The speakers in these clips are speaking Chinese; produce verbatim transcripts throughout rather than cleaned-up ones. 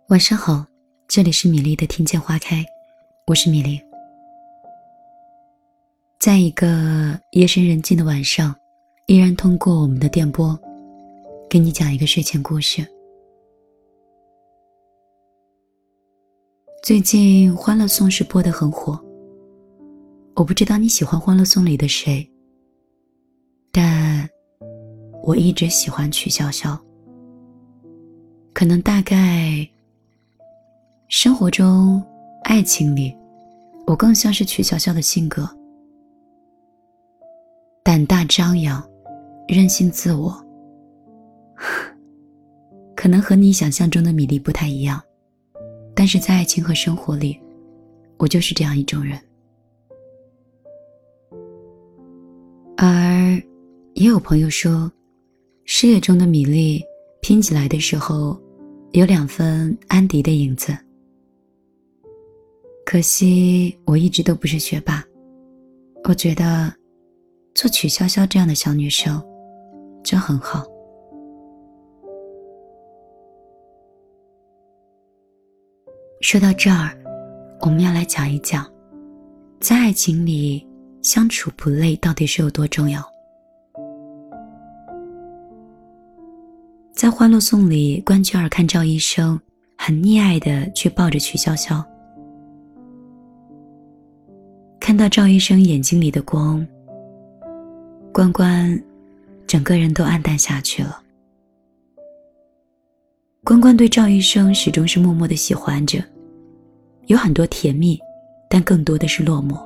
晚上好，这里是米粒的听见花开，我是米粒。在一个夜深人静的晚上，依然通过我们的电波给你讲一个睡前故事。最近欢乐颂是播得很火，我不知道你喜欢欢乐颂里的谁，但我一直喜欢曲筱绡。可能大概生活中爱情里，我更像是曲筱绡的性格，胆大张扬，任性自我，可能和你想象中的米粒不太一样，但是在爱情和生活里，我就是这样一种人。而也有朋友说，事业中的米粒拼起来的时候有两分安迪的影子，可惜我一直都不是学霸。我觉得做曲筱绡这样的小女生真很好。说到这儿，我们要来讲一讲，在爱情里相处不累到底是有多重要。在欢乐颂里，关雎尔看赵医生很溺爱地去抱着曲筱绡，看到赵医生眼睛里的光，关关整个人都黯淡下去了。关关对赵医生始终是默默地喜欢着，有很多甜蜜，但更多的是落寞。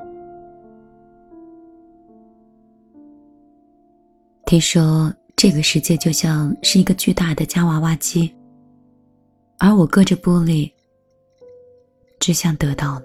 听说这个世界就像是一个巨大的夹娃娃机，而我隔着玻璃只想得到。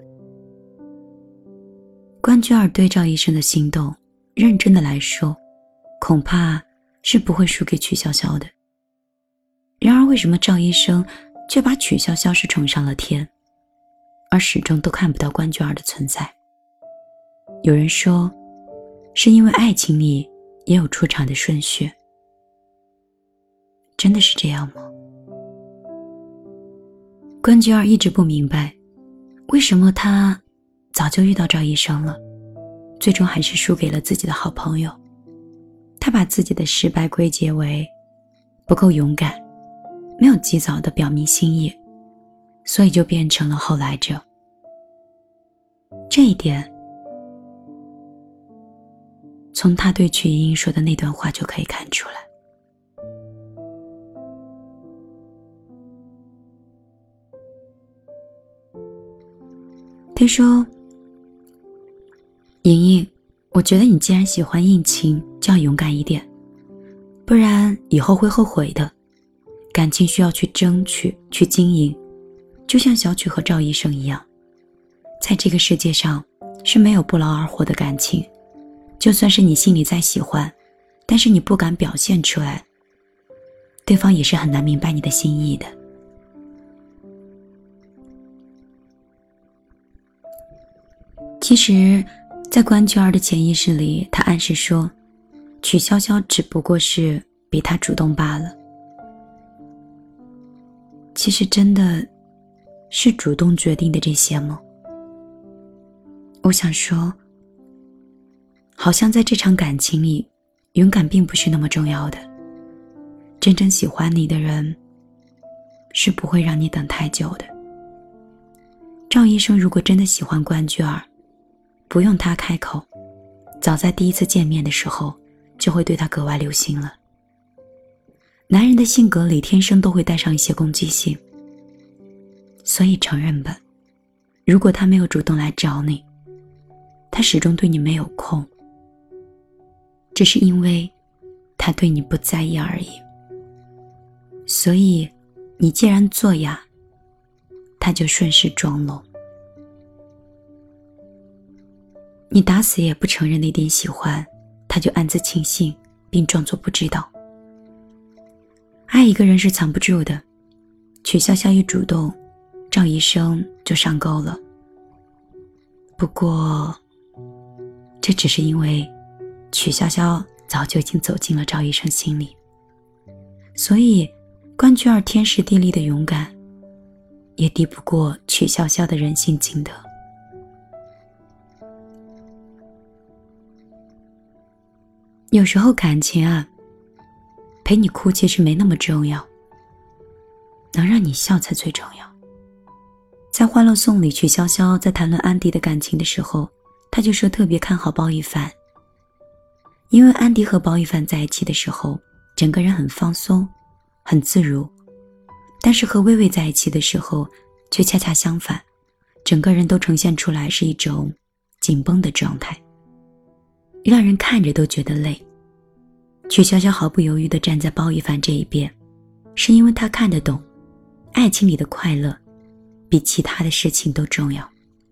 关雎尔对赵医生的心动，认真的来说，恐怕是不会输给曲筱绡的。然而为什么赵医生却把曲筱绡是宠上了天，而始终都看不到关雎尔的存在？有人说，是因为爱情里也有出场的顺序。真的是这样吗？关雎尔一直不明白，为什么他早就遇到赵医生了，最终还是输给了自己的好朋友。他把自己的失败归结为不够勇敢，没有及早的表明心意，所以就变成了后来者。这一点从他对曲莹莹说的那段话就可以看出来。他说，莹莹，我觉得你既然喜欢应勤，就要勇敢一点，不然以后会后悔的。感情需要去争取，去经营，就像小曲和赵医生一样。在这个世界上是没有不劳而获的感情，就算是你心里再喜欢，但是你不敢表现出来，对方也是很难明白你的心意的。其实在关雎尔的潜意识里，他暗示说曲筱绡只不过是比他主动罢了。其实真的是主动决定的这些吗？我想说，好像在这场感情里，勇敢并不是那么重要的。真正喜欢你的人是不会让你等太久的。赵医生如果真的喜欢关雎尔，不用他开口，早在第一次见面的时候就会对他格外留心了。男人的性格里天生都会带上一些攻击性，所以承认吧，如果他没有主动来找你，他始终对你没有空，只是因为他对你不在意而已。所以你既然做哑，他就顺势装聋。你打死也不承认那点喜欢，他就暗自庆幸并装作不知道。爱一个人是藏不住的，曲筱绡一主动，赵医生就上钩了。不过这只是因为曲筱绡早就已经走进了赵医生心里，所以关雎尔天时地利的勇敢也敌不过曲筱绡的人性尽德。有时候感情啊，陪你哭其实没那么重要，能让你笑才最重要。在《欢乐颂》里，曲筱绡在谈论安迪的感情的时候，他就说特别看好包奕凡，因为安迪和包奕凡在一起的时候，整个人很放松，很自如，但是和薇薇在一起的时候，却恰恰相反，整个人都呈现出来是一种紧绷的状态，让人看着都觉得累。曲筱绡毫不犹豫地站在包奕凡这一边，是因为她看得懂，爱情里的快乐比其他的事情都重要。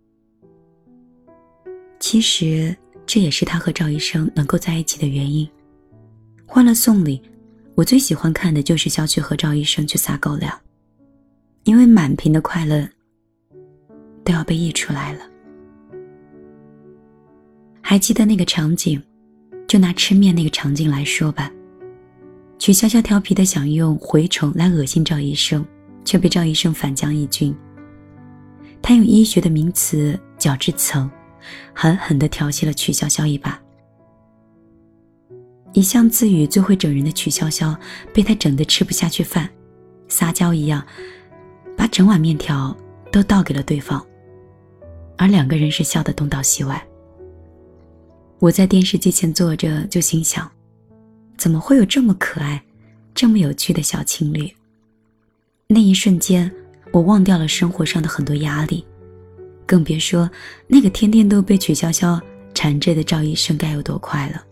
其实这也是他和赵医生能够在一起的原因。欢乐颂里，我最喜欢看的就是小曲和赵医生去撒狗粮，因为满屏的快乐都要被溢出来了。还记得那个场景，就拿吃面那个场景来说吧。曲筱绡调皮的想用蛔虫来恶心赵医生，却被赵医生反将一军。他用医学的名词角质层狠狠地调戏了曲筱绡一把。一向自诩最会整人的曲筱绡被他整得吃不下去饭，撒娇一样把整碗面条都倒给了对方，而两个人是笑得东倒西歪。我在电视机前坐着就心想，怎么会有这么可爱这么有趣的小情侣。那一瞬间我忘掉了生活上的很多压力，更别说那个天天都被曲筱绡缠着的赵医生该有多快乐。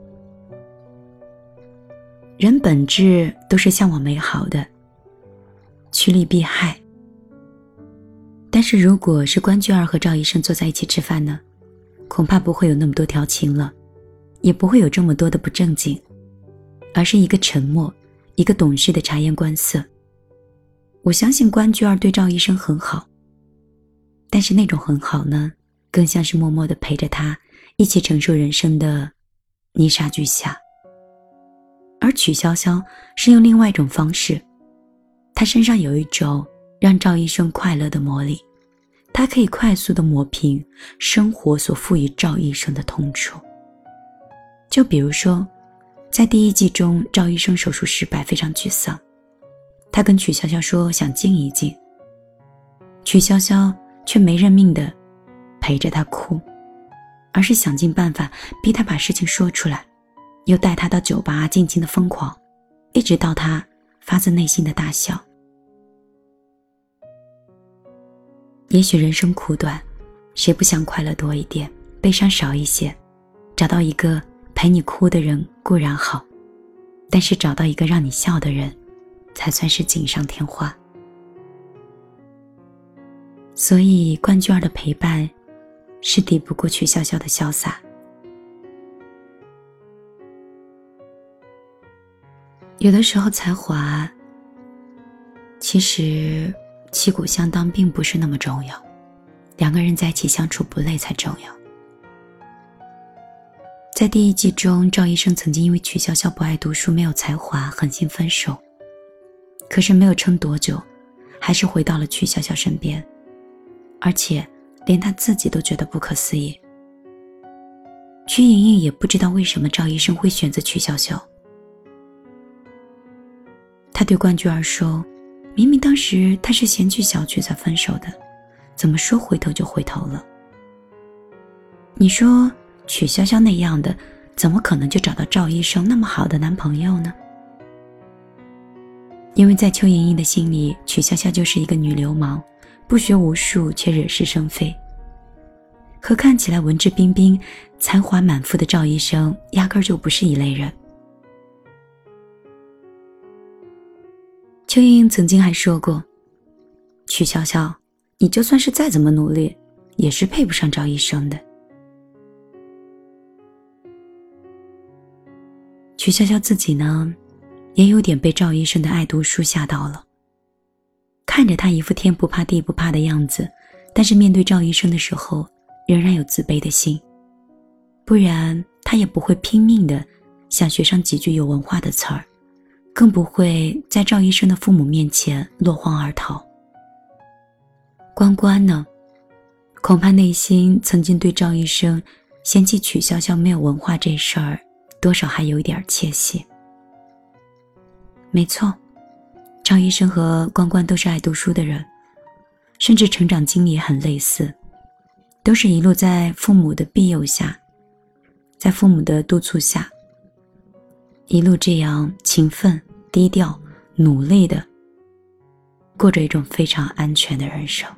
人本质都是向往美好的，趋利避害。但是如果是关雎尔和赵医生坐在一起吃饭呢，恐怕不会有那么多调情了，也不会有这么多的不正经，而是一个沉默，一个懂事的察言观色。我相信关雎尔对赵医生很好，但是那种很好呢，更像是默默地陪着他一起承受人生的泥沙俱下。而曲筱绡是用另外一种方式，她身上有一种让赵医生快乐的魔力，她可以快速地抹平生活所赋予赵医生的痛楚。就比如说在第一季中，赵医生手术失败，非常沮丧，他跟曲筱绡说想静一静，曲筱绡却没认命地陪着他哭，而是想尽办法逼他把事情说出来，又带他到酒吧尽情的疯狂，一直到他发自内心的大笑。也许人生苦短，谁不想快乐多一点，悲伤少一些，找到一个陪你哭的人固然好，但是找到一个让你笑的人才算是锦上添花。所以关雎尔的陪伴是抵不过曲筱绡的潇洒。有的时候才华其实旗鼓相当并不是那么重要，两个人在一起相处不累才重要。在第一季中，赵医生曾经因为曲筱绡不爱读书没有才华狠心分手，可是没有撑多久还是回到了曲筱绡身边，而且连他自己都觉得不可思议。曲莹莹也不知道为什么赵医生会选择曲筱绡。他对关雎尔说，明明当时他是嫌弃小曲才分手的，怎么说回头就回头了。你说曲筱绡那样的怎么可能就找到赵医生那么好的男朋友呢？因为在邱莹莹的心里，曲筱绡就是一个女流氓，不学无术却惹是生非，和看起来文质彬彬才华满腹的赵医生压根儿就不是一类人。邱莹莹曾经还说过，曲筱绡，你就算是再怎么努力也是配不上赵医生的。曲筱绡自己呢，也有点被赵医生的爱读书吓到了，看着他一副天不怕地不怕的样子，但是面对赵医生的时候仍然有自卑的心，不然他也不会拼命的想学上几句有文化的词儿，更不会在赵医生的父母面前落荒而逃。 关关呢，恐怕内心曾经对赵医生嫌弃曲筱绡没有文化这事儿多少还有一点窃喜。没错，赵医生和关关都是爱读书的人，甚至成长经历也很类似，都是一路在父母的庇佑下，在父母的督促下，一路这样勤奋、低调、努力的过着一种非常安全的人生。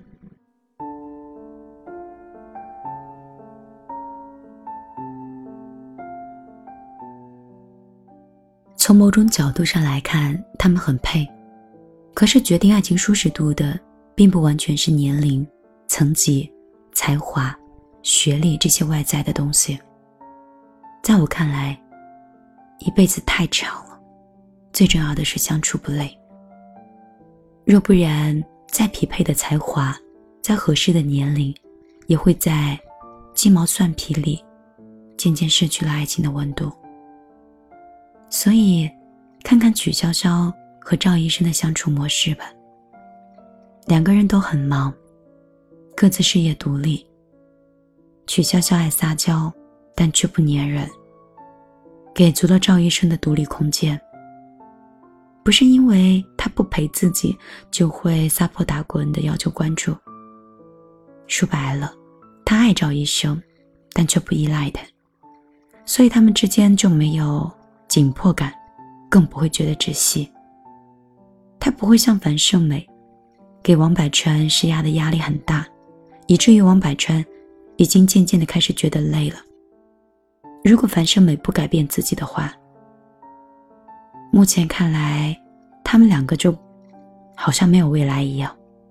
从某种角度上来看，他们很配，可是决定爱情舒适度的并不完全是年龄、层级、才华、学历这些外在的东西。在我看来，一辈子太长了，最重要的是相处不累。若不然，再匹配的才华，再合适的年龄，也会在鸡毛蒜皮里渐渐失去了爱情的温度。所以看看曲筱绡和赵医生的相处模式吧。两个人都很忙，各自事业独立。曲筱绡爱撒娇，但却不粘人，给足了赵医生的独立空间。不是因为他不陪自己就会撒泼打滚的要求关注，说白了，他爱赵医生，但却不依赖他，所以他们之间就没有紧迫感，更不会觉得窒息。他不会像樊胜美给王百川施压的压力很大，以至于王百川已经渐渐地开始觉得累了。如果樊胜美不改变自己的话，目前看来他们两个就好像没有未来一样。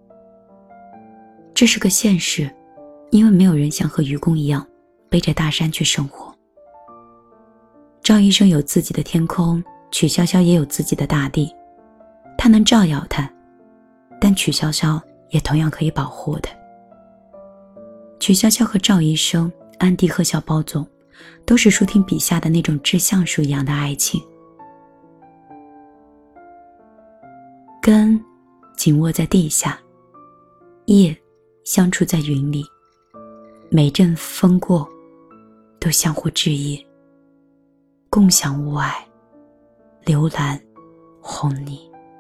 这是个现实，因为没有人想和愚公一样背着大山去生活。赵医生有自己的天空，曲筱绡也有自己的大地，他能照耀他，但曲筱绡也同样可以保护他。曲筱绡和赵医生、安迪和小包总都是舒婷笔下的那种致橡树一样的爱情。根紧握在地下，叶相触在云里，每阵风过都相互致意，共享雾霭，流岚红泥。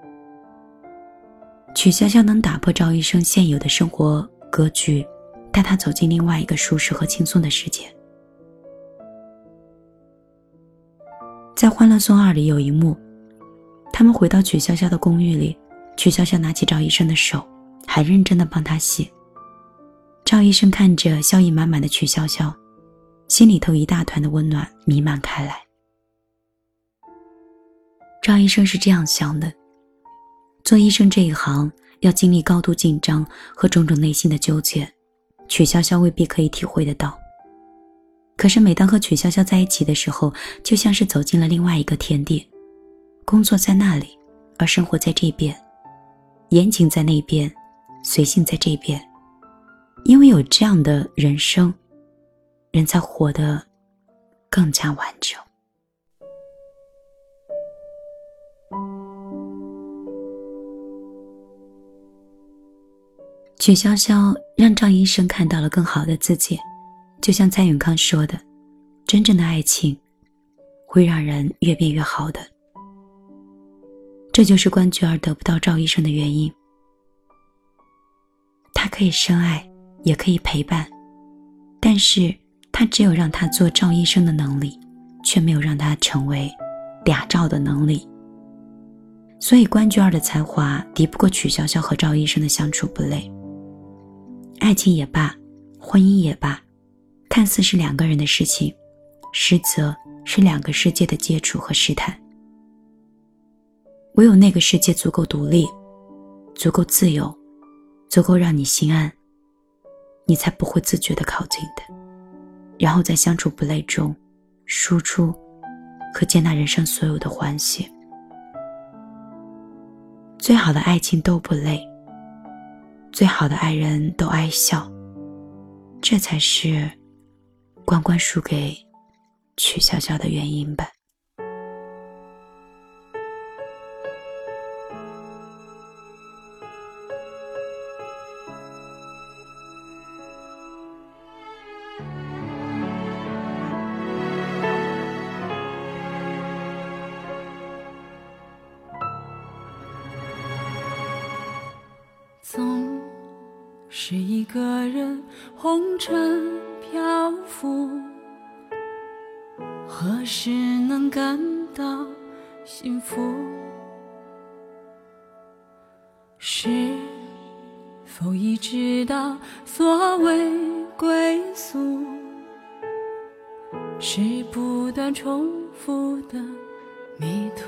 曲筱绡能打破赵医生现有的生活格局，带他走进另外一个舒适和轻松的世界。在《欢乐颂二》里有一幕，他们回到曲筱绡的公寓里，曲筱绡拿起赵医生的手，还认真地帮他洗。赵医生看着笑意满满的曲筱绡，心里头一大团的温暖弥漫开来。赵医生是这样想的，做医生这一行要经历高度紧张和种种内心的纠结，曲筱绡未必可以体会得到。可是每当和曲筱绡在一起的时候，就像是走进了另外一个天地，工作在那里，而生活在这边，严谨在那边，随性在这边。因为有这样的人生，人才活得更加完整。曲筱绡让赵医生看到了更好的自己，就像蔡永康说的，真正的爱情会让人越变越好的。这就是关雎儿得不到赵医生的原因。他可以深爱，也可以陪伴，但是他只有让他做赵医生的能力，却没有让他成为俩赵的能力。所以关雎儿的才华敌不过曲筱绡和赵医生的相处不累。爱情也罢，婚姻也罢，看似是两个人的事情，实则是两个世界的接触和试探。唯有那个世界足够独立，足够自由，足够让你心安，你才不会自觉地靠近的，然后在相处不累中输出和接纳人生所有的欢喜。最好的爱情都不累，最好的爱人都爱笑，这才是关关输给曲筱绡的原因吧。 是一个人红尘漂浮，何时能感到幸福？是否已知道所谓归宿是不断重复的迷途？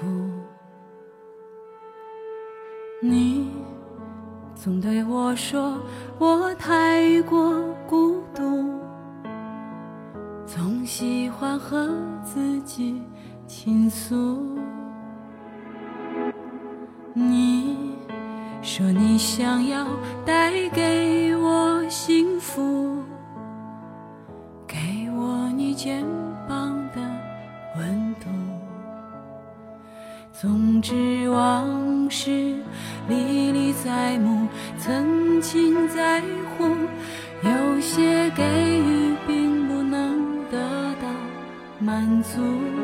你总对我说我太过孤独，总喜欢和自己倾诉。你说你想要带给我幸福，给我你肩膀的温度。总之往事历历在目，曾经在乎，有些给予并不能得到满足，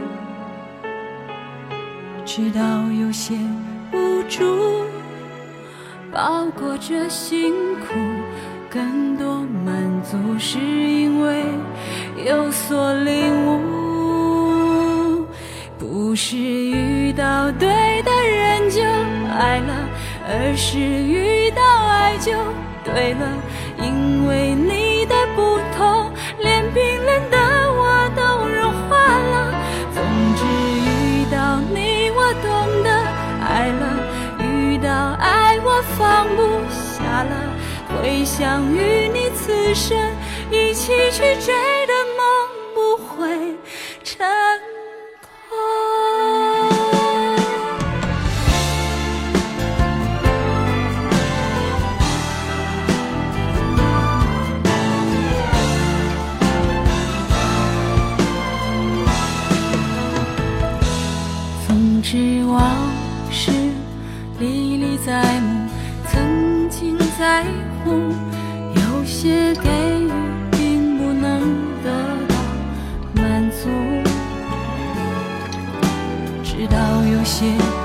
直到有些无助包裹着辛苦，更多满足是因为有所领悟。不是遇到对的人就爱了，而是遇到爱就对了。因为你的不同，连冰冷的我都融化了。总之遇到你我懂得爱了，遇到爱我放不下了。会想与你此生一起去追的梦不会成空。总之往事历历在目，曾经在乎，有些给予并不能得到满足，直到有些